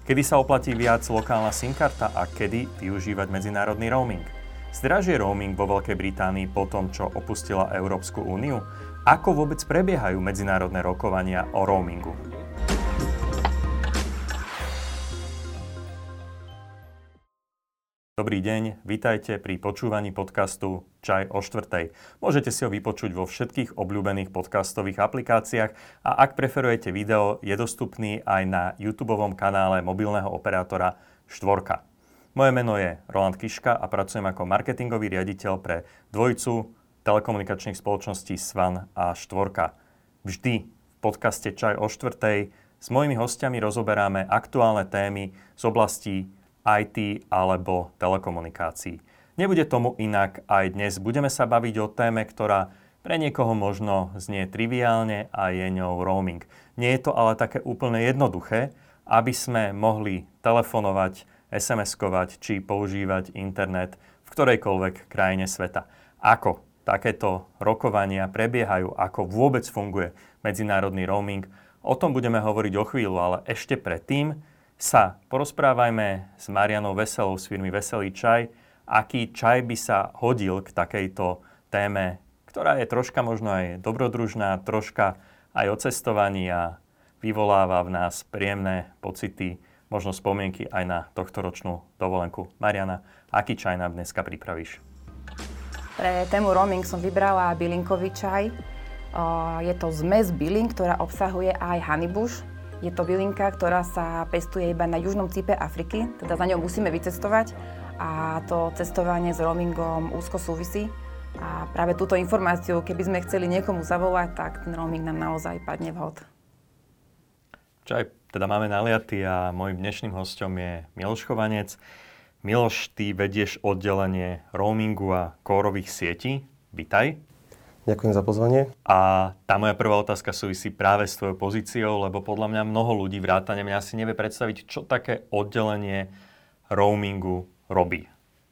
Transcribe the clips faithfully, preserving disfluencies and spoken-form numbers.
Kedy sa oplatí viac lokálna SIM-karta a kedy využívať medzinárodný roaming? Zdražie roaming vo Veľkej Británii po tom, čo opustila Európsku úniu? Ako vôbec prebiehajú medzinárodné rokovania o roamingu? Dobrý deň, vitajte pri počúvaní podcastu Čaj o štvrtej. Môžete si ho vypočuť vo všetkých obľúbených podcastových aplikáciách a ak preferujete video, je dostupný aj na YouTubeovom kanále mobilného operátora Štvorka. Moje meno je Roland Kiška a pracujem ako marketingový riaditeľ pre dvojicu telekomunikačných spoločností Svan a Štvorka. Vždy v podcaste Čaj o štvrtej s mojimi hostiami rozoberáme aktuálne témy z oblastí í té alebo telekomunikácií. Nebude tomu inak aj dnes. Budeme sa baviť o téme, ktorá pre niekoho možno znie triviálne a je ňou roaming. Nie je to ale také úplne jednoduché, aby sme mohli telefonovať, es em eskovať či používať internet v ktorejkoľvek krajine sveta. Ako takéto rokovania prebiehajú, ako vôbec funguje medzinárodný roaming, o tom budeme hovoriť o chvíľu, ale ešte predtým sa porozprávajme s Marianou Veselou z firmy Veselý čaj, aký čaj by sa hodil k takejto téme, ktorá je troška možno aj dobrodružná, troška aj o cestovaní a vyvoláva v nás príjemné pocity, možno spomienky aj na tohtoročnú dovolenku. Mariana, aký čaj nám dneska pripravíš? Pre tému roaming som vybrala bylinkový čaj. Je to zmes bylín, ktorá obsahuje aj honeybush. Je to bylinka, ktorá sa pestuje iba na južnom cípe Afriky, teda za ňou musíme vycestovať a to cestovanie s roamingom úzko súvisí. A práve túto informáciu, keby sme chceli niekomu zavolať, tak ten roaming nám naozaj padne vhod. Čaj teda máme naliatý a môjim dnešným hosťom je Miloš Chovanec. Miloš, ty vedieš oddelenie roamingu a kórových sietí. Vitaj. Ďakujem za pozvanie. A tá moja prvá otázka súvisí práve s tvojou pozíciou, lebo podľa mňa mnoho ľudí vrátane mňa si nevie predstaviť, čo také oddelenie roamingu robí.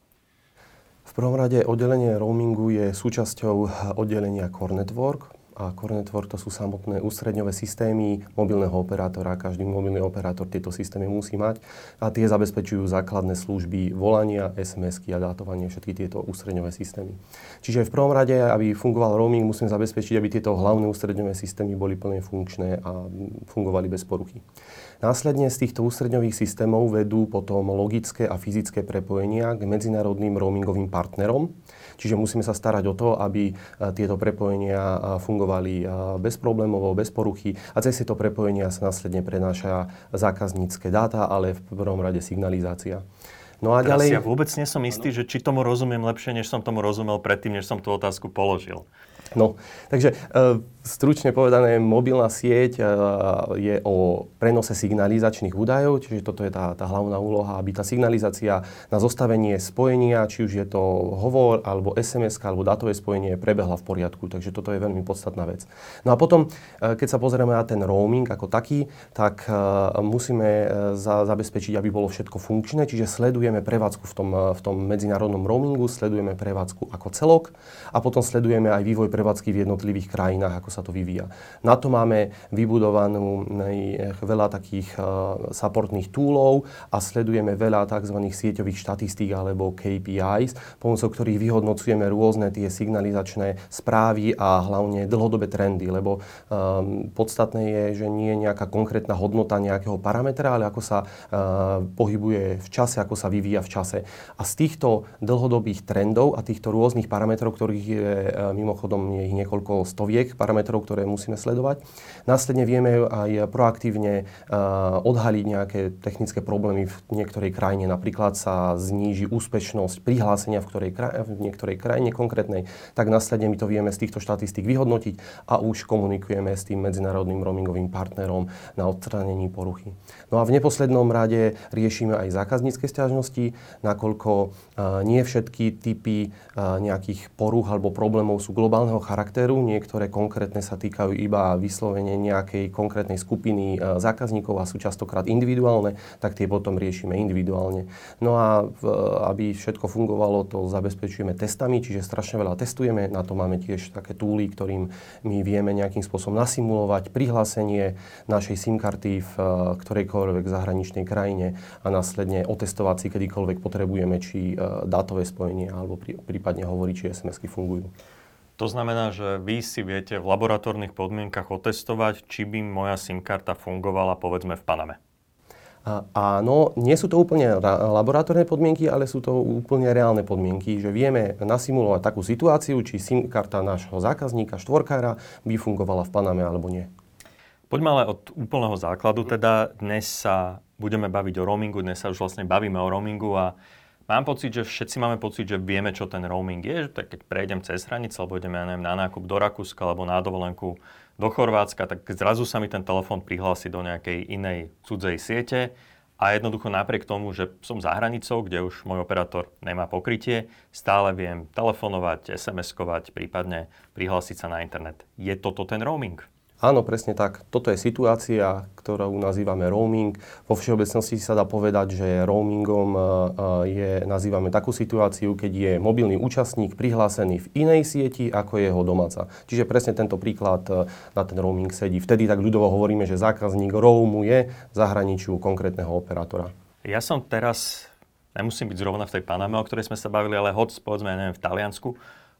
V prvom rade oddelenie roamingu je súčasťou oddelenia Core Network. A Core Network to sú samotné ústredňové systémy mobilného operátora. Každý mobilný operátor tieto systémy musí mať a tie zabezpečujú základné služby volania, es em esky a dátovanie, všetky tieto ústredňové systémy. Čiže v prvom rade, aby fungoval roaming, musíme zabezpečiť, aby tieto hlavné ústredňové systémy boli plne funkčné a fungovali bez poruchy. Následne z týchto ústredňových systémov vedú potom logické a fyzické prepojenia k medzinárodným roamingovým partnerom. Čiže musíme sa starať o to, aby tieto prepojenia fungovali bezproblémovo, bez poruchy a cez tieto prepojenia sa následne prenáša zákaznícke dáta, ale v prvom rade signalizácia. No a Teraz ďalej... ja vôbec nie som istý, že či tomu rozumiem lepšie, než som tomu rozumel predtým, než som tú otázku položil. No, takže e, stručne povedané, mobilná sieť e, je o prenose signalizačných údajov, čiže toto je tá, tá hlavná úloha, aby tá signalizácia na zostavenie spojenia, či už je to hovor, alebo es em eska, alebo dátové spojenie, prebehla v poriadku, takže toto je veľmi podstatná vec. No a potom, e, keď sa pozrieme na ten roaming ako taký, tak e, musíme e, za, zabezpečiť, aby bolo všetko funkčné, čiže sledujeme prevádzku v tom, v tom medzinárodnom roamingu, sledujeme prevádzku ako celok a potom sledujeme aj vývoj prevádzky v jednotlivých krajinách, ako sa to vyvíja. Na to máme vybudovanú veľa takých uh, supportných toolov a sledujeme veľa tzv. Sieťových štatistík alebo ká pé í's, pomocou ktorých vyhodnocujeme rôzne tie signalizačné správy a hlavne dlhodobé trendy, lebo um, podstatné je, že nie je nejaká konkrétna hodnota nejakého parametra, ale ako sa uh, pohybuje v čase, ako sa vyvíja v čase. A z týchto dlhodobých trendov a týchto rôznych parametrov, ktorých je uh, mimochodom je ich niekoľko stoviek parametrov, ktoré musíme sledovať. Následne vieme aj proaktívne uh, odhaliť nejaké technické problémy v niektorej krajine. Napríklad sa zníži úspešnosť prihlásenia v, ktorej kraj- v niektorej krajine konkrétnej, tak následne my to vieme z týchto štatistík vyhodnotiť a už komunikujeme s tým medzinárodným roamingovým partnerom na odstránení poruchy. No a v neposlednom rade riešime aj zákaznícke sťažnosti, nakoľko uh, nie všetky typy uh, nejakých porúch alebo problémov sú globálneho iného charakteru, niektoré konkrétne sa týkajú iba vyslovene nejakej konkrétnej skupiny zákazníkov a sú častokrát individuálne, tak tie potom riešime individuálne. No a aby všetko fungovalo, to zabezpečujeme testami, čiže strašne veľa testujeme, na to máme tiež také túly, ktorým my vieme nejakým spôsobom nasimulovať prihlásenie našej SIM karty v ktorejkoľvek zahraničnej krajine a následne otestovať si kedykoľvek potrebujeme, či dátové spojenie alebo prípadne hovoriť, či es em esky fungujú. To znamená, že vy si viete v laboratórnych podmienkach otestovať, či by moja SIM karta fungovala povedzme v Paname. A, áno, nie sú to úplne ra- laboratórne podmienky, ale sú to úplne reálne podmienky, že vieme nasimulovať takú situáciu, či SIM karta nášho zákazníka, štvorkára, by fungovala v Paname alebo nie. Poďme ale od úplného základu, teda dnes sa budeme baviť o roamingu, dnes sa už vlastne bavíme o roamingu a mám pocit, že všetci máme pocit, že vieme, čo ten roaming je, že tak keď prejdem cez hranice, alebo ideme, ja neviem, na nákup do Rakúska, alebo na dovolenku do Chorvátska, tak zrazu sa mi ten telefón prihlási do nejakej inej cudzej siete a jednoducho napriek tomu, že som za hranicou, kde už môj operátor nemá pokrytie, stále viem telefonovať, es em eskovať, prípadne prihlásiť sa na internet. Je toto ten roaming? Áno, presne tak. Toto je situácia, ktorú nazývame roaming. Vo všeobecnosti sa dá povedať, že roamingom je, nazývame takú situáciu, keď je mobilný účastník prihlásený v inej sieti, ako je jeho domáca. Čiže presne tento príklad na ten roaming sedí. Vtedy tak ľudovo hovoríme, že zákazník roamuje zahraničiu konkrétneho operátora. Ja som teraz, nemusím byť zrovna v tej Paname, o ktorej sme sa bavili, ale hoď, povedzme, neviem, v Taliansku.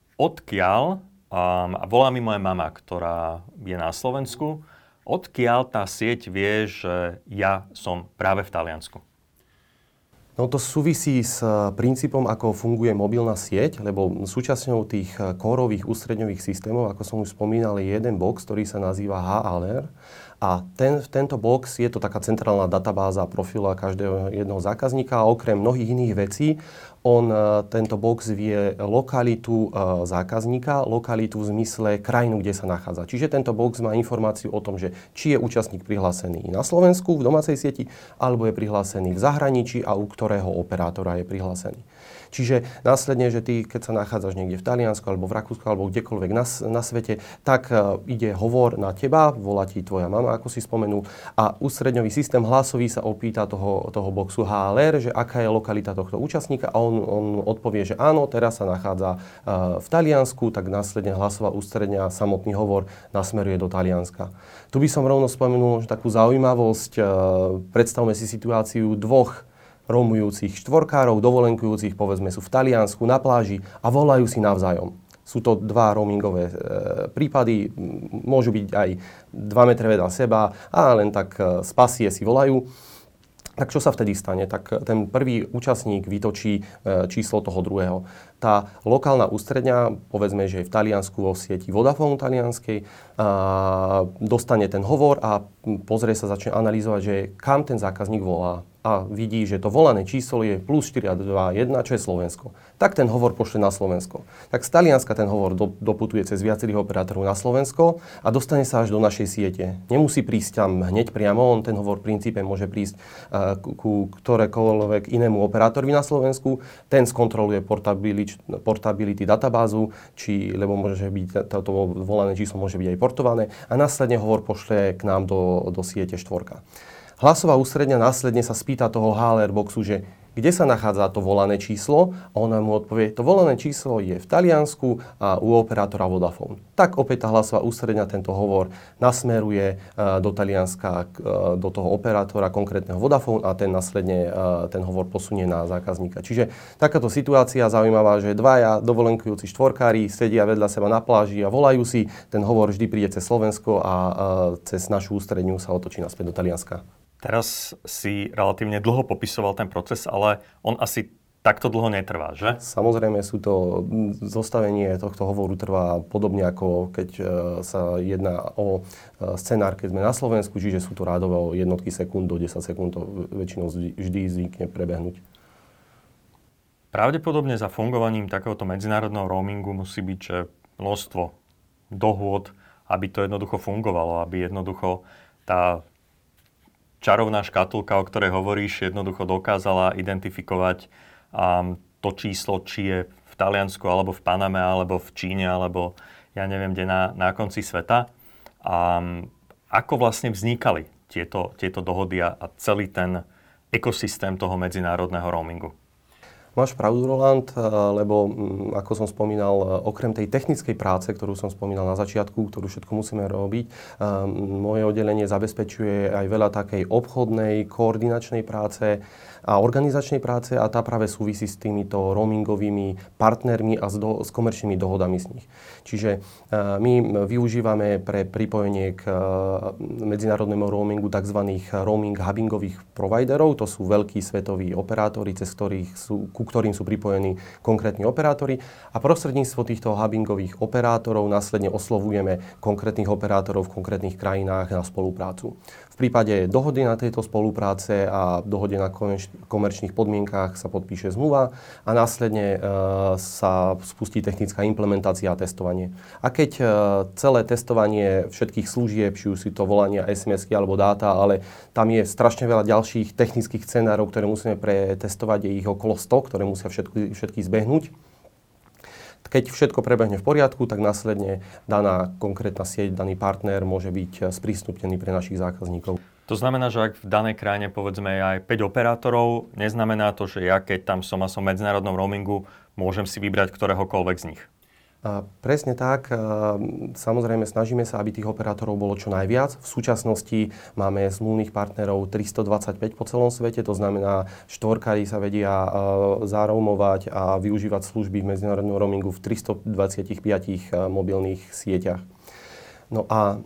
Odkiaľ Um, a volá mi moja mama, ktorá je na Slovensku. Odkiaľ tá sieť vie, že ja som práve v Taliansku? No to súvisí s princípom, ako funguje mobilná sieť, lebo súčasťou tých kórových ústredňových systémov, ako som už spomínal, je jeden box, ktorý sa nazýva há el er. A ten, tento box je to taká centrálna databáza profila každého jedného zákazníka a okrem mnohých iných vecí on, tento box vie lokalitu zákazníka, lokalitu v zmysle krajinu, kde sa nachádza. Čiže tento box má informáciu o tom, že či je účastník prihlásený na Slovensku, v domácej sieti, alebo je prihlásený v zahraničí a u ktorého operátora je prihlásený. Čiže následne, že ty, keď sa nachádzaš niekde v Taliansku, alebo v Rakúsku, alebo kdekoľvek na, na svete, tak uh, ide hovor na teba, volá ti tvoja mama, ako si spomenul, a ústredňový systém hlasový sa opýta toho, toho boxu há el er, že aká je lokalita tohto účastníka a on, on odpovie, že áno, teraz sa nachádza uh, v Taliansku, tak následne hlasová ústredňa, samotný hovor nasmeruje do Talianska. Tu by som rovno spomenul že takú zaujímavosť. Uh, predstavme si situáciu dvoch roamujúcich štvorkárov, dovolenkujúcich, povedzme, sú v Taliansku na pláži a volajú si navzájom. Sú to dva roamingové e, prípady, môžu byť aj dva metre vedľa seba a len tak e, z pasie si volajú. Tak čo sa vtedy stane? Tak ten prvý účastník vytočí e, číslo toho druhého. Tá lokálna ústredňa, povedzme, že je v Taliansku vo sieti Vodafone talianskej, a dostane ten hovor a pozrie sa, začne analyzovať, že kam ten zákazník volá. A vidí, že to volané číslo je plus štyri dva jeden, čo je Slovensko. Tak ten hovor pošle na Slovensko. Tak z Talianska ten hovor do, doputuje cez viacerých operátorov na Slovensko a dostane sa až do našej siete. Nemusí prísť tam hneď priamo, on ten hovor v princípe môže prísť uh, ku, ku ktorékoľvek inému operátorovi na Slovensku. Ten skontroluje portability, portability databázu, či, lebo môže byť, toto volané číslo môže byť aj portované a následne hovor pošle k nám do, do siete štvorka. Hlasová ústredňa následne sa spýta toho há el er boxu, že kde sa nachádza to volané číslo a ona mu odpovie, to volané číslo je v Taliansku a u operátora Vodafone. Tak opäť tá hlasová ústredňa tento hovor nasmeruje uh, do Talianska, uh, do toho operátora konkrétneho Vodafone a ten následne uh, ten hovor posunie na zákazníka. Čiže takáto situácia zaujímavá, že dvaja dovolenkujúci štvorkári sedia vedľa seba na pláži a volajú si, ten hovor vždy príde cez Slovensko a uh, cez našu ústredňu sa otočí naspäť do Talianska. Teraz si relatívne dlho popisoval ten proces, ale on asi takto dlho netrvá, že? Samozrejme sú to, zostavenie tohto hovoru trvá podobne ako keď sa jedná o scenár, keď sme na Slovensku, čiže sú to rádové jednotky sekúnd do desať sekúnd, to väčšinou vždy zvykne prebehnúť. Pravdepodobne za fungovaním takéhoto medzinárodného roamingu musí byť že množstvo dohôd, aby to jednoducho fungovalo, aby jednoducho tá čarovná škatulka, o ktorej hovoríš, jednoducho dokázala identifikovať um, to číslo, či je v Taliansku, alebo v Paname, alebo v Číne, alebo ja neviem, kde na, na konci sveta. A ako vlastne vznikali tieto, tieto dohody a, a celý ten ekosystém toho medzinárodného roamingu? Máš pravdu, Roland, lebo ako som spomínal, okrem tej technickej práce, ktorú som spomínal na začiatku, ktorú všetko musíme robiť, moje oddelenie zabezpečuje aj veľa takej obchodnej, koordinačnej práce a organizačnej práce a tá práve súvisí s týmito roamingovými partnermi a s, do, s komerčnými dohodami z nich. Čiže my využívame pre pripojenie k medzinárodnému roamingu tzv. Roaming hubbingových providerov. To sú veľkí svetoví operátori, cez ktorých sú, ku ktorým sú pripojení konkrétni operátori. A prostredníctvom týchto hubbingových operátorov následne oslovujeme konkrétnych operátorov v konkrétnych krajinách na spoluprácu. V prípade dohody na tejto spolupráce a dohode na komerčných podmienkách sa podpíše zmluva a následne e, sa spustí technická implementácia a testovanie. A keď e, celé testovanie všetkých služieb, či už si to volania es em esky alebo dáta, ale tam je strašne veľa ďalších technických scenárov, ktoré musíme pretestovať, je ich okolo sto, ktoré musia všetky, všetky zbehnúť. Keď všetko prebehne v poriadku, tak následne daná konkrétna sieť, daný partner môže byť sprístupnený pre našich zákazníkov. To znamená, že ak v danej krajine povedzme je aj päť operátorov, neznamená to, že ja keď tam som a som v medzinárodnom roamingu, môžem si vybrať ktoréhokoľvek z nich? A presne tak. Samozrejme, snažíme sa, aby tých operátorov bolo čo najviac. V súčasnosti máme zmluvných partnerov tristodvadsaťpäť po celom svete, to znamená, štvorkári sa vedia zaroamovať a využívať služby v medzinárodnom roamingu v tristodvadsaťpäť mobilných sieťach. No a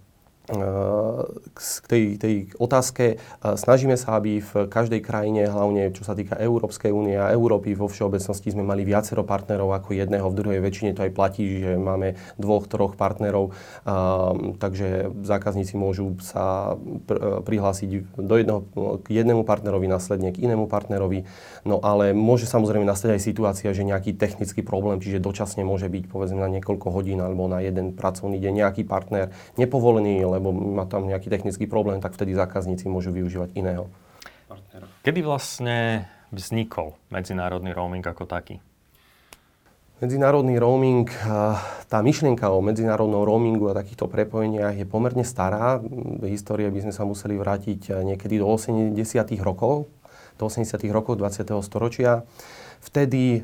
k tej, tej otázke snažíme sa, aby v každej krajine, hlavne čo sa týka Európskej únie a Európy vo všeobecnosti, sme mali viacero partnerov ako jedného. V druhej väčšine to aj platí, že máme dvoch, troch partnerov, takže zákazníci môžu sa pr- prihlásiť do jedného, k jednému partnerovi, následne k inému partnerovi. No ale môže samozrejme nastať aj situácia, že nejaký technický problém, čiže dočasne môže byť povedzme na niekoľko hodín alebo na jeden pracovný deň nejaký partner nepovolený, lebo má tam nejaký technický problém, tak vtedy zákazníci môžu využívať iného partnera. Kedy vlastne vznikol medzinárodný roaming ako taký? Medzinárodný roaming, tá myšlienka o medzinárodnom roamingu a takýchto prepojeniach je pomerne stará. V histórii by sme sa museli vrátiť niekedy do osemdesiatych rokov, do osemdesiatych rokov dvadsiateho storočia. Vtedy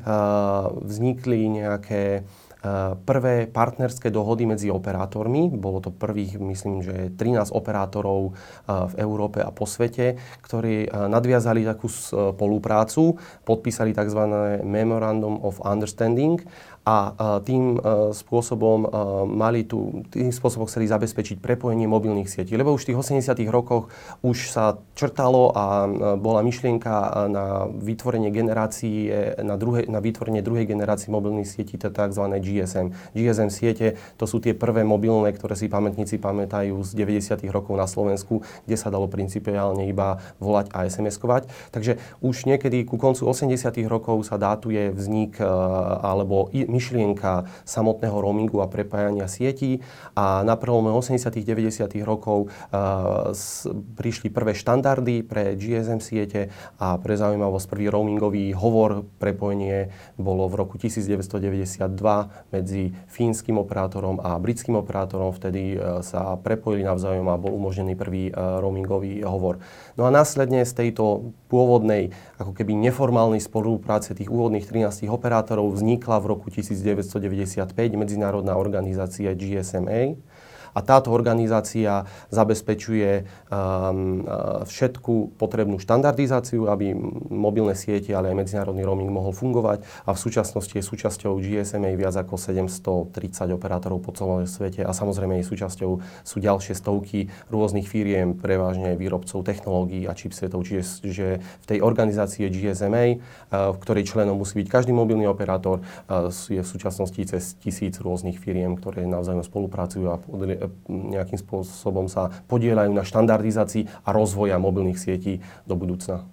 vznikli nejaké prvé partnerské dohody medzi operátormi. Bolo to prvých, myslím, že trinásť operátorov v Európe a po svete, ktorí nadviazali takú spoluprácu, podpísali tzv. Memorandum of Understanding a tým spôsobom mali tu, tým spôsobom chceli zabezpečiť prepojenie mobilných sietí. Lebo už v tých osemdesiatych rokoch už sa črtalo a bola myšlienka na vytvorenie generácií, na, druhé, na vytvorenie druhej generácie mobilných sietí, to tzv. G S M. G S M siete, to sú tie prvé mobilné, ktoré si pamätníci pamätajú z deväťdesiatych rokov na Slovensku, kde sa dalo principiálne iba volať a es em eskovať. Takže už niekedy ku koncu osemdesiatych rokov sa dátuje vznik alebo myšlienka samotného roamingu a prepájania sietí a na prelome osemdesiatych deväťdesiatych rokov uh, s, prišli prvé štandardy pre G S M siete a pre zaujímavosť prvý roamingový hovor prepojenie bolo v roku devätnásťstodeväťdesiatdva medzi fínskym operátorom a britským operátorom. Vtedy uh, sa prepojili navzájom a bol umožnený prvý uh, roamingový hovor. No a následne z tejto pôvodnej, ako keby neformálnej spolupráce tých úvodných trinástich operátorov vznikla v roku devätnásťstodeväťdesiatpäť medzinárodná organizácia G S M A. A táto organizácia zabezpečuje um, všetku potrebnú štandardizáciu, aby mobilné siete, ale aj medzinárodný roaming mohol fungovať. A v súčasnosti je súčasťou G S M A viac ako sedemstotridsať operátorov po celom svete. A samozrejme jej súčasťou sú ďalšie stovky rôznych firiem, prevažne výrobcov technológií a chipsetov. Čiže že v tej organizácii G S M A, v ktorej členom musí byť každý mobilný operátor, je v súčasnosti cez tisíc rôznych firiem, ktoré navzájom spolupracujú a nejakým spôsobom sa podieľajú na štandardizácii a rozvoja mobilných sietí do budúcna.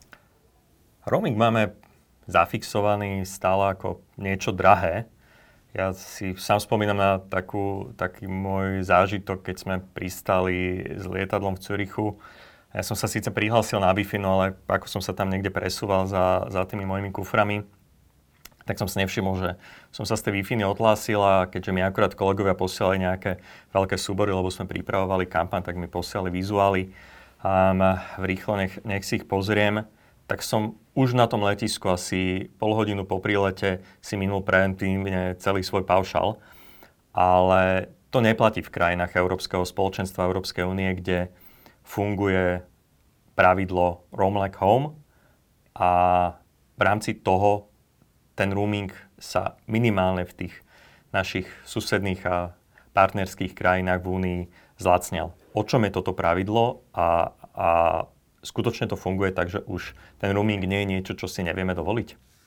Roaming máme zafixovaný stále ako niečo drahé. Ja si sám spomínam na takú, taký môj zážitok, keď sme pristali s lietadlom v Zürichu. Ja som sa síce prihlásil na Wi-Fi, no ale ako som sa tam niekde presúval za, za tými mojimi kuframi, tak som si nevšimol, že som sa z tej Wi-Fi odhlásil a keďže mi akurát kolegovia posielali nejaké veľké súbory, lebo sme pripravovali kampaň, tak mi posielali vizuály a v rýchlo nech, nech si ich pozriem, tak som už na tom letisku asi pol hodinu po prílete si minul preventívne celý svoj paušal, ale to neplatí v krajinách Európskeho spoločenstva Európskej únie, kde funguje pravidlo Roam like home a v rámci toho ten roaming sa minimálne v tých našich susedných a partnerských krajinách v Únii zlacnel. O čom je toto pravidlo a, a skutočne to funguje tak, že už ten roaming nie je niečo, čo si nevieme dovoliť?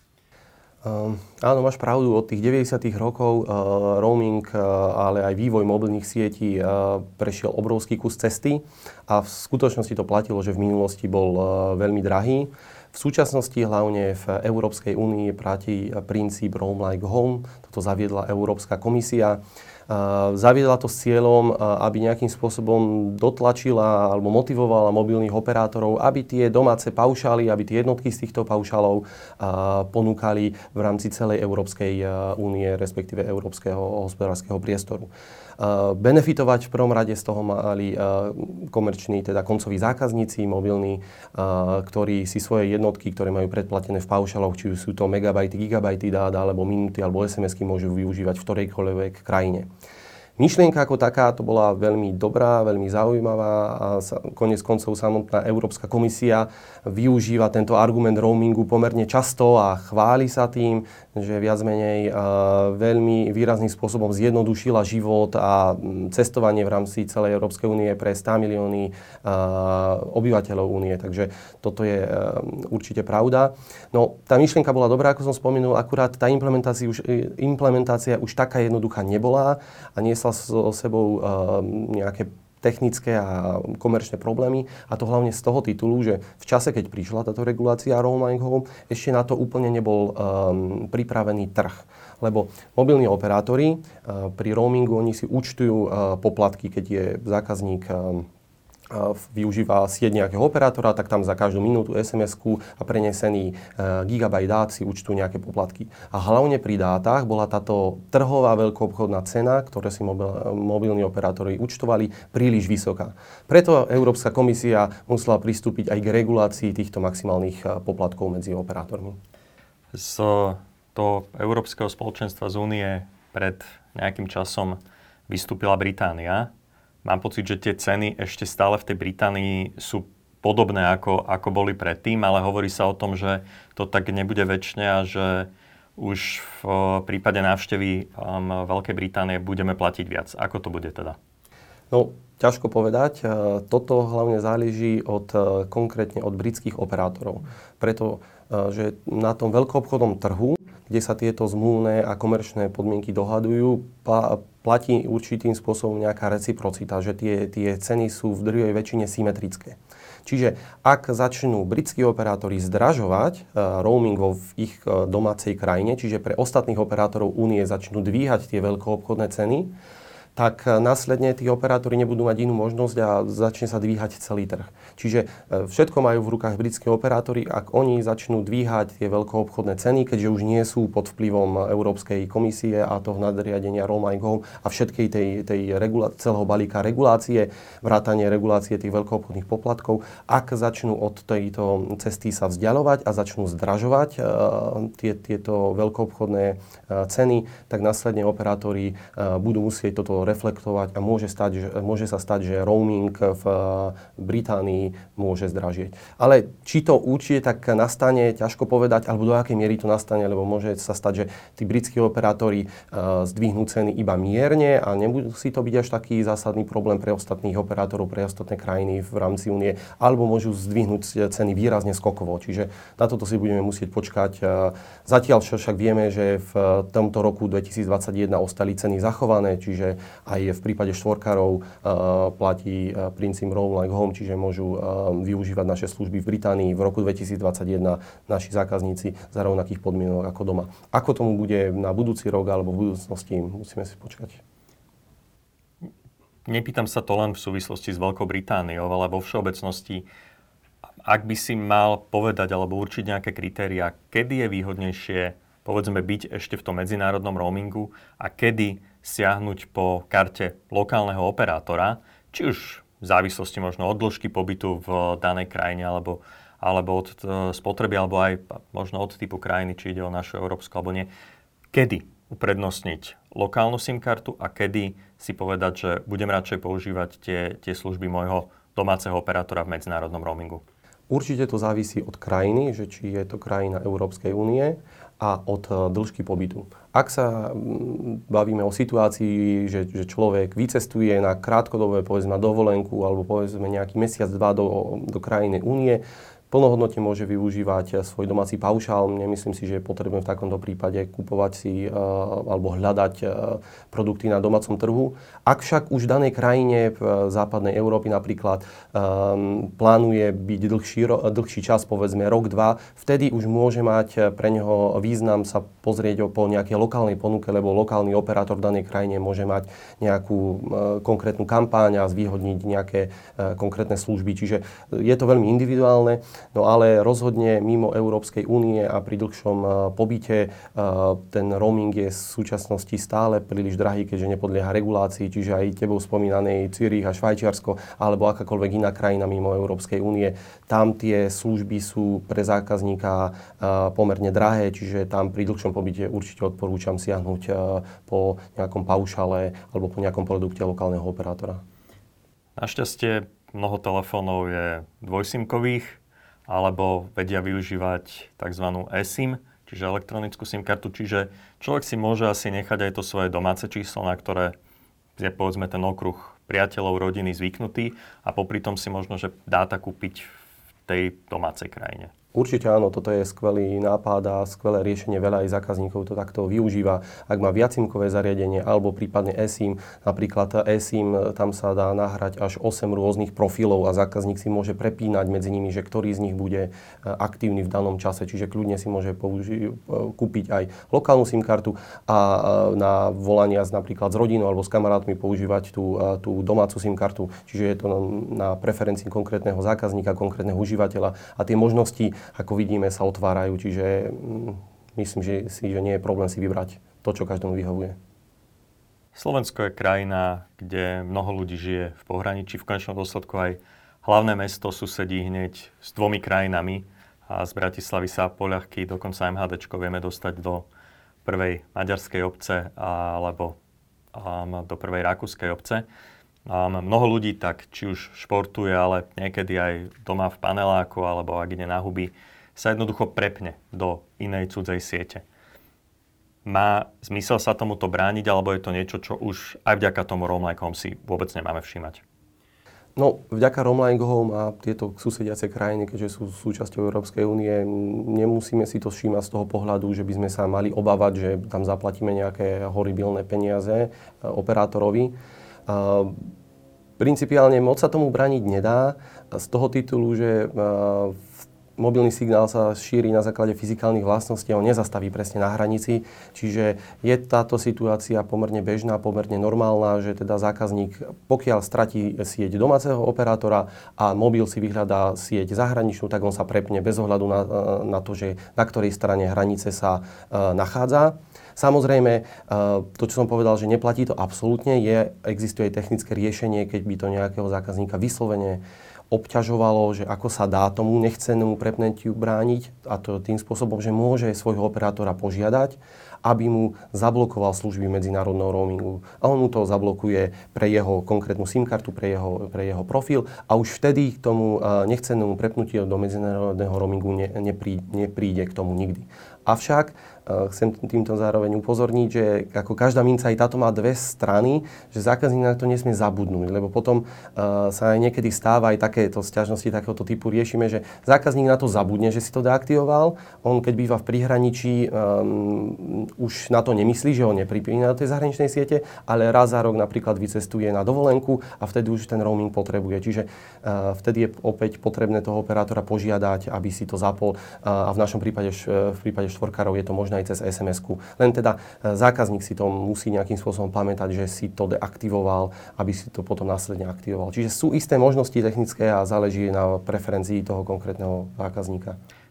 Um, áno, máš pravdu, od tých deväťdesiatych rokov uh, roaming, uh, ale aj vývoj mobilných sietí uh, prešiel obrovský kus cesty a v skutočnosti to platilo, že v minulosti bol uh, veľmi drahý. V súčasnosti hlavne v Európskej únii platí princíp Roam like home. Toto zaviedla Európska komisia. Zaviedla to s cieľom, aby nejakým spôsobom dotlačila alebo motivovala mobilných operátorov, aby tie domáce paušály, aby tie jednotky z týchto paušálov ponúkali v rámci celej Európskej únie, respektíve Európskeho hospodárskeho priestoru. Benefitovať v prvom rade z toho mali komerční, teda koncoví zákazníci mobilní, ktorí si svoje jednotky, ktoré majú predplatené v paušaloch, či sú to megabajty, gigabajty dát, alebo minúty, alebo es em esky, môžu využívať v ktorejkoľvek krajine. Myšlienka ako taká to bola veľmi dobrá, veľmi zaujímavá a sa, konec koncov samotná Európska komisia využíva tento argument roamingu pomerne často a chváli sa tým, že viac menej uh, veľmi výrazným spôsobom zjednodušila život a cestovanie v rámci celej Európskej únie pre sto milióny uh, obyvateľov únie. Takže toto je uh, určite pravda. No, tá myšlienka bola dobrá, ako som spomenul, akurát tá implementácia už, implementácia už taká jednoduchá nebola a nie so sebou uh, nejaké technické a komerčné problémy. A to hlavne z toho titulu, že v čase, keď prišla táto regulácia Roam like home, ešte na to úplne nebol um, pripravený trh. Lebo mobilní operátori uh, pri roamingu, oni si účtujú uh, poplatky, keď je zákazník um, využíva sieť nejakého operátora, tak tam za každú minútu es em esku a prenesený e, gigabajt dát si účtujú nejaké poplatky. A hlavne pri dátach bola táto trhová veľkoobchodná cena, ktoré si mobil, mobilní operátori účtovali, príliš vysoká. Preto Európska komisia musela pristúpiť aj k regulácii týchto maximálnych poplatkov medzi operátormi. Z toho Európskeho spoločenstva z Únie pred nejakým časom vystúpila Británia. Mám pocit, že tie ceny ešte stále v tej Británii sú podobné, ako, ako boli predtým, ale hovorí sa o tom, že to tak nebude väčšine a že už v prípade návštevy um, Veľkej Británie budeme platiť viac. Ako to bude teda? No, ťažko povedať. Toto hlavne záleží od, konkrétne od britských operátorov. Preto, že na tom veľkoobchodnom trhu, kde sa tieto zmluvné a komerčné podmienky dohadujú, platí určitým spôsobom nejaká reciprocita, že tie, tie ceny sú v drvivej väčšine symetrické. Čiže ak začnú britskí operátori zdražovať uh, roaming vo v ich uh, domácej krajine, čiže pre ostatných operátorov únie začnú dvíhať tie veľkoobchodné ceny, tak následne tí operátori nebudú mať inú možnosť a začne sa dvíhať celý trh. Čiže všetko majú v rukách britskí operátori, ak oni začnú dvíhať tie veľkoobchodné ceny, keďže už nie sú pod vplyvom Európskej komisie a toho nadriadenia Roam like home a všetkej tej, tej regula- celého balíka regulácie, vrátanie regulácie tých veľkoobchodných poplatkov, ak začnú od tejto cesty sa vzdialovať a začnú zdražovať uh, tie, tieto veľkoobchodné uh, ceny, tak následne operátori uh, budú musieť toto reflektovať a môže, stať, že, môže sa stať, že roaming v Británii môže zdražieť. Ale či to určite tak nastane, ťažko povedať, alebo do akej miery to nastane, lebo môže sa stať, že tí britskí operátori uh, zdvihnú ceny iba mierne a nemusí to byť až taký zásadný problém pre ostatných operátorov, pre ostatné krajiny v rámci únie, alebo môžu zdvihnúť ceny výrazne skokovo. Čiže na toto si budeme musieť počkať. Uh, zatiaľ však vieme, že v tomto roku dvetisícdvadsaťjeden ostali ceny zachované, čiže aj v prípade štvorkárov uh, platí uh, princíp Roam like home, čiže môžu uh, využívať naše služby v Británii v roku dvetisícdvadsaťjeden naši zákazníci za rovnakých podmienok ako doma. Ako tomu bude na budúci rok alebo v budúcnosti, musíme si počkať. Nepýtam sa to len v súvislosti s Veľkou Britániou, ale vo všeobecnosti, ak by si mal povedať alebo určiť nejaké kritériá, kedy je výhodnejšie povedzme byť ešte v tom medzinárodnom roamingu a kedy siahnuť po karte lokálneho operátora, či už v závislosti možno od dĺžky pobytu v danej krajine alebo, alebo od spotreby, alebo aj možno od typu krajiny, či ide o našu európsku alebo nie. Kedy uprednostniť lokálnu SIM kartu a kedy si povedať, že budem radšej používať tie, tie služby môjho domáceho operátora v medzinárodnom roamingu? Určite to závisí od krajiny, že či je to krajina Európskej únie a od dĺžky pobytu. Ak sa bavíme o situácii, že, že človek vycestuje na krátkodobé, povedzme na dovolenku alebo povedzme nejaký mesiac, dva do, do krajiny únie, plnohodnotne môže využívať svoj domáci paušál. Nemyslím si, že je potrebné v takomto prípade kupovať si uh, alebo hľadať uh, produkty na domácom trhu. Ak však už v danej krajine v západnej Európy napríklad um, plánuje byť dlhší, dlhší čas, povedzme rok, dva, vtedy už môže mať pre neho význam sa pozrieť po nejakej lokálnej ponuke, lebo lokálny operátor v danej krajine môže mať nejakú uh, konkrétnu kampáň a zvýhodniť nejaké uh, konkrétne služby. Čiže je to veľmi individuálne. No ale rozhodne mimo Európskej únie a pri dlhšom uh, pobyte uh, ten roaming je v súčasnosti stále príliš drahý, keďže nepodlieha regulácii, čiže aj tebou spomínanej Zürich a Švajčiarsko alebo akákoľvek iná krajina mimo Európskej únie. Tam tie služby sú pre zákazníka uh, pomerne drahé, čiže tam pri dlhšom pobyte určite odporúčam siahnuť uh, po nejakom paušale alebo po nejakom produkte lokálneho operátora. Našťastie mnoho telefónov je dvojsimkových, alebo vedia využívať tzv. eSIM, čiže elektronickú SIM kartu, čiže človek si môže asi nechať aj to svoje domáce číslo, na ktoré je povedzme ten okruh priateľov, rodiny zvyknutý a popri tom si možno, že dáta kúpiť v tej domácej krajine. Určite áno, toto je skvelý nápad a skvelé riešenie. Veľa aj zákazníkov to takto využíva. Ak má viacsimkové zariadenie alebo prípadne eSIM, napríklad eSIM, tam sa dá nahrať až osem rôznych profilov a zákazník si môže prepínať medzi nimi, že ktorý z nich bude aktívny v danom čase. Čiže kľudne si môže použi- kúpiť aj lokálnu SIM kartu a na volania napríklad s rodinou alebo s kamarátmi používať tú, tú domácu SIM kartu. Čiže je to na preferencii konkrétneho zákazníka, konkrétneho užívateľa a tie možnosti, ako vidíme, sa otvárajú, čiže myslím že si, že nie je problém si vybrať to, čo každomu vyhovuje. Slovensko je krajina, kde mnoho ľudí žije v pohraničí. V konečnom dôsledku aj hlavné mesto susedí hneď s dvomi krajinami a z Bratislavy sa poľahky, dokonca MHDčko vieme dostať do prvej maďarskej obce alebo um, do prvej rakúskej obce. Um, mnoho ľudí tak či už športuje, ale niekedy aj doma v paneláku alebo ak ide na huby, sa jednoducho prepne do inej cudzej siete. Má zmysel sa tomuto brániť, alebo je to niečo, čo už aj vďaka tomu Roam Like Home si vôbec nemáme všímať? No, vďaka Roam Like Home a tieto susediace krajiny, keďže sú súčasťou Európskej únie, nemusíme si to všímať z toho pohľadu, že by sme sa mali obávať, že tam zaplatíme nejaké horibilné peniaze operátorovi. Uh, principiálne moc sa tomu brániť nedá z toho titulu, že uh, mobilný signál sa šíri na základe fyzikálnych vlastností a on nezastaví presne na hranici. Čiže je táto situácia pomerne bežná, pomerne normálna, že teda zákazník, pokiaľ stratí sieť domáceho operátora a mobil si vyhľadá sieť zahraničnú, tak on sa prepne bez ohľadu na, na to, že na ktorej strane hranice sa uh, nachádza. Samozrejme, to, čo som povedal, že neplatí to absolútne, je, existuje technické riešenie, keď by to nejakého zákazníka vyslovene obťažovalo, že ako sa dá tomu nechcenému prepnutiu brániť, a to tým spôsobom, že môže svojho operátora požiadať, aby mu zablokoval služby medzinárodného roamingu. A on mu to zablokuje pre jeho konkrétnu SIM kartu, pre jeho, pre jeho profil a už vtedy k tomu nechcenému prepnutiu do medzinárodného roamingu ne, neprí, nepríde k tomu nikdy. Avšak chcem týmto zároveň upozorniť, že ako každá minca aj táto má dve strany, že zákazník na to nesmie zabudnúť, lebo potom uh, sa aj niekedy stáva aj takéto sťažnosti takéhoto typu riešime, že zákazník na to zabudne, že si to deaktivoval, on keď býva v príhraničí um, už na to nemyslí, že ho nepripína do tej zahraničnej siete, ale raz za rok napríklad vycestuje na dovolenku a vtedy už ten roaming potrebuje. Čiže uh, vtedy je opäť potrebné toho operátora požiadať, aby si to zapol uh, a v našom prípade, v prípade štvorkárov je to možné aj cez es em esku. Len teda zákazník si to musí nejakým spôsobom pamätať, že si to deaktivoval, aby si to potom následne aktivoval. Čiže sú isté možnosti technické a záleží na preferencii toho konkrétneho zákazníka.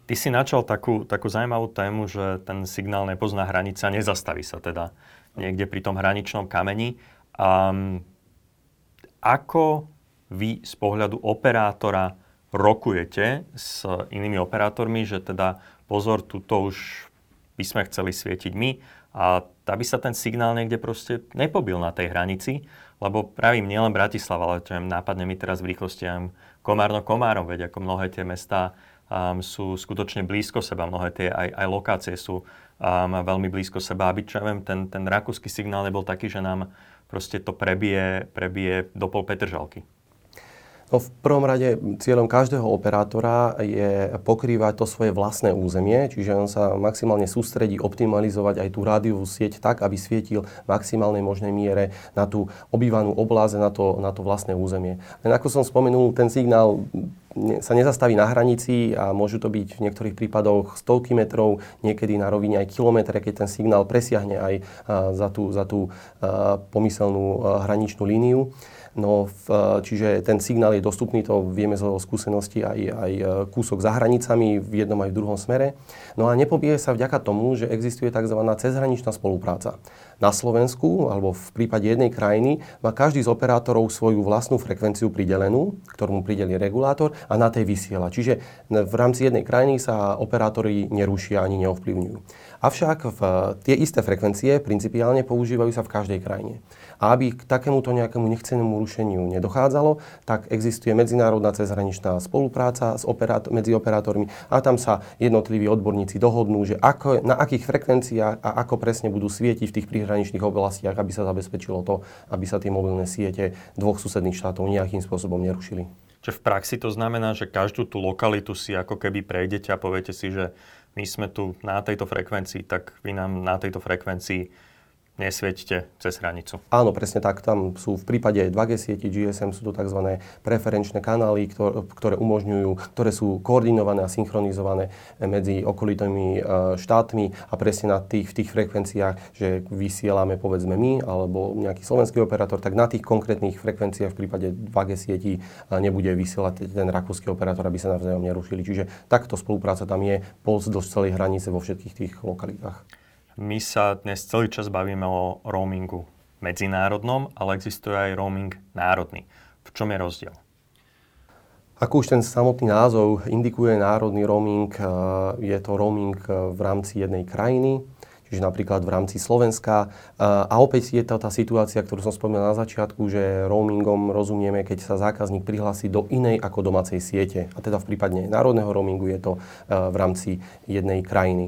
Ty si načal takú, takú zaujímavú tému, že ten signál nepozná hranice a nezastaví sa teda niekde pri tom hraničnom kameni. Um, ako vy z pohľadu operátora rokujete s inými operátormi, že teda pozor, tuto už by sme chceli svietiť my a aby sa ten signál niekde proste nepobil na tej hranici, lebo pravím, nielen Bratislava, ale čo nápadne mi teraz v rýchlosti aj Komárno Komárom, veď ako mnohé tie mestá um, sú skutočne blízko seba, mnohé tie aj, aj lokácie sú um, veľmi blízko seba, aby čo ja viem, ten, ten rakúsky signál nebol taký, že nám proste to prebije, prebije do pol Petržalky. No v prvom rade cieľom každého operátora je pokrývať to svoje vlastné územie, čiže on sa maximálne sústredí optimalizovať aj tú rádiovú sieť tak, aby svietil v maximálnej možnej miere na tú obývanú oblasť, na to, na to vlastné územie. Len ako som spomenul, ten signál sa nezastaví na hranici a môžu to byť v niektorých prípadoch stovky metrov, niekedy na rovine aj kilometre, keď ten signál presiahne aj za tú, za tú pomyselnú hraničnú líniu. No, v, čiže ten signál je dostupný, to vieme zo skúsenosti aj, aj kúsok za hranicami v jednom aj v druhom smere. No a nepobije sa vďaka tomu, že existuje tzv. Cezhraničná spolupráca. Na Slovensku, alebo v prípade jednej krajiny, má každý z operátorov svoju vlastnú frekvenciu pridelenú, ktorú mu pridelí regulátor a na tej vysiela. Čiže v rámci jednej krajiny sa operátori nerušia ani neovplyvňujú. Avšak v tie isté frekvencie principiálne používajú sa v každej krajine. A aby k takémuto nejakému nechcenému rušeniu nedochádzalo, tak existuje medzinárodná cezhraničná spolupráca s operát- medzi operátormi a tam sa jednotliví odborníci dohodnú, že ako, na akých frekvenciách a ako presne budú svietiť v tých prihraničných oblastiach, aby sa zabezpečilo to, aby sa tie mobilné siete dvoch susedných štátov nejakým spôsobom nerušili. Čiže v praxi to znamená, že každú tú lokalitu si ako keby prejdete a poviete si, že my sme tu na tejto frekvencii, tak vy nám na tejto frekvencii nesvieťte cez hranicu. Áno, presne tak. Tam sú v prípade dva G sieti G S M sú to tzv. Preferenčné kanály, ktoré, ktoré umožňujú, ktoré sú koordinované a synchronizované medzi okolitými štátmi a presne na tých, v tých frekvenciách, že vysielame povedzme my alebo nejaký slovenský operátor, tak na tých konkrétnych frekvenciách v prípade dva G sietí nebude vysielať ten rakúsky operátor, aby sa navzájom nerušili. Čiže takto spolupráca tam je pozdĺž celej hranice vo všetkých tých lokalitách. My sa dnes celý čas bavíme o roamingu medzinárodnom, ale existuje aj roaming národný. V čom je rozdiel? Ako už ten samotný názov indikuje, národný roaming, je to roaming v rámci jednej krajiny, čiže napríklad v rámci Slovenska. A opäť je to tá situácia, ktorú som spomínal na začiatku, že roamingom rozumieme, keď sa zákazník prihlási do inej ako domácej siete. A teda v prípade národného roamingu je to v rámci jednej krajiny.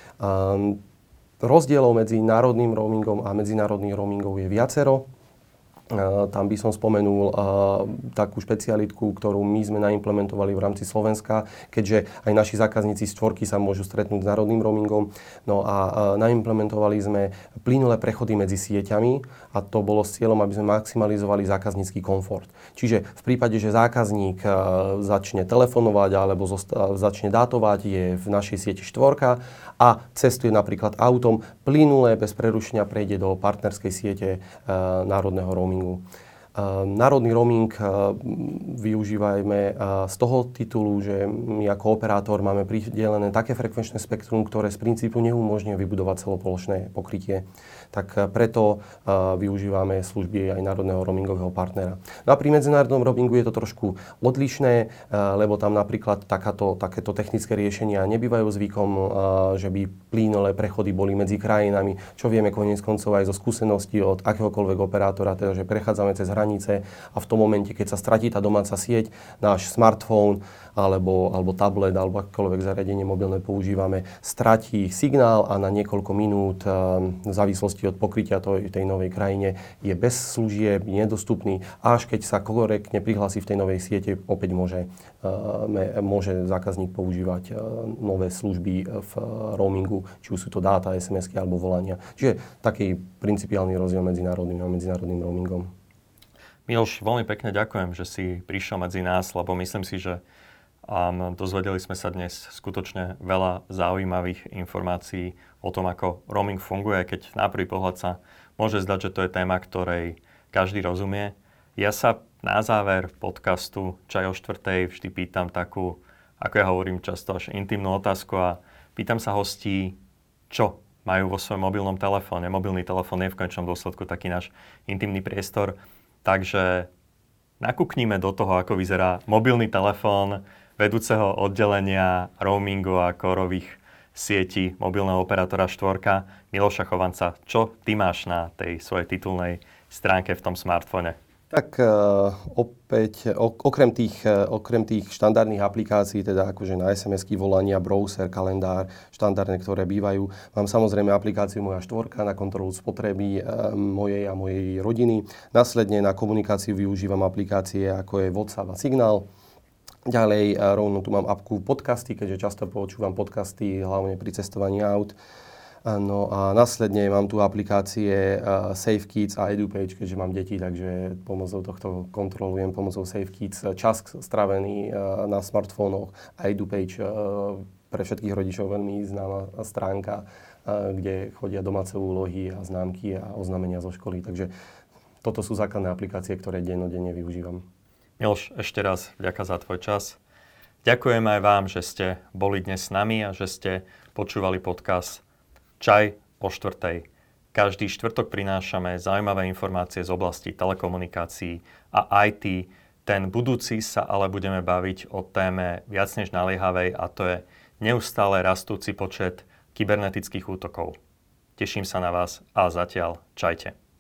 Rozdielov medzi národným roamingom a medzinárodným roamingom je viacero. Tam by som spomenul uh, takú špecialitku, ktorú my sme naimplementovali v rámci Slovenska, keďže aj naši zákazníci z štvorky sa môžu stretnúť s národným roamingom. No a uh, naimplementovali sme plynulé prechody medzi sieťami a to bolo s cieľom, aby sme maximalizovali zákaznícky komfort. Čiže v prípade, že zákazník uh, začne telefonovať alebo zosta- začne dátovať, je v našej sieti štvorka a cestuje napríklad autom, plynulé bez prerušenia prejde do partnerskej siete uh, národného roamingu. Národný roaming využívajme z toho titulu, že my ako operátor máme pridelené také frekvenčné spektrum, ktoré z princípu neumožňuje vybudovať celoplošné pokrytie. Tak preto využívame služby aj národného roamingového partnera. No a pri medzinárodnom roamingu je to trošku odlišné, lebo tam napríklad takáto, takéto technické riešenia nebývajú zvykom, že by plynulé prechody boli medzi krajinami, čo vieme koniec koncov aj zo skúseností od akéhokoľvek operátora, teda že prechádzame cez hranice a v tom momente, keď sa stratí tá domáca sieť, náš smartfón alebo, alebo tablet alebo akékoľvek zariadenie mobilné používame, stratí signál a na niekoľko minút v závislosti od pokrytia tej, tej novej krajine je bez služieb, nedostupný, až keď sa korektne prihlási v tej novej siete, opäť môže, môže zákazník používať nové služby v roamingu, či už sú to dáta, es em esky alebo volania. Čiže taký principiálny rozdiel medzi národným a medzinárodným roamingom. Miloš, veľmi pekne ďakujem, že si prišiel medzi nás, lebo myslím si, že um, dozvedeli sme sa dnes skutočne veľa zaujímavých informácií o tom, ako roaming funguje, keď na prvý pohľad sa môže zdať, že to je téma, ktorej každý rozumie. Ja sa na záver podcastu Čaj o štvrtej vždy pýtam takú ako ja hovorím často, až intimnú otázku a pýtam sa hostí, čo majú vo svojom mobilnom telefóne. Mobilný telefón je v konečnom dôsledku taký náš intimný priestor. Takže nakúknime do toho, ako vyzerá mobilný telefón vedúceho oddelenia roamingu a kórových sietí mobilného operátora štvorka Miloša Chovanca. Čo ty máš na tej svojej titulnej stránke v tom smartfóne? Tak uh, opäť, ok, okrem, tých, uh, okrem tých štandardných aplikácií, teda akože na es em esky, volania, browser, kalendár, štandardné, ktoré bývajú, mám samozrejme aplikáciu Moja štvorka na kontrolu spotreby uh, mojej a mojej rodiny. Následne na komunikáciu využívam aplikácie ako je WhatsApp a Signál. Ďalej uh, rovno tu mám apku podcasty, keďže často počúvam podcasty, hlavne pri cestovaní aut. No a následne mám tu aplikácie uh, SafeKids a EduPage, keďže mám deti, takže pomocou tohto kontrolujem pomocou SafeKids čas stravený uh, na smartfónoch a EduPage uh, pre všetkých rodičov veľmi známa stránka, uh, kde chodia domáce úlohy a známky a oznámenia zo školy. Takže toto sú základné aplikácie, ktoré dennodenne využívam. Miloš, ešte raz vďaka za tvoj čas. Ďakujem aj vám, že ste boli dnes s nami a že ste počúvali podcast Čaj o štvrtej. Každý štvrtok prinášame zaujímavé informácie z oblasti telekomunikácií a í té. Ten budúci sa ale budeme baviť o téme viac než naliehavej a to je neustále rastúci počet kybernetických útokov. Teším sa na vás a zatiaľ čajte.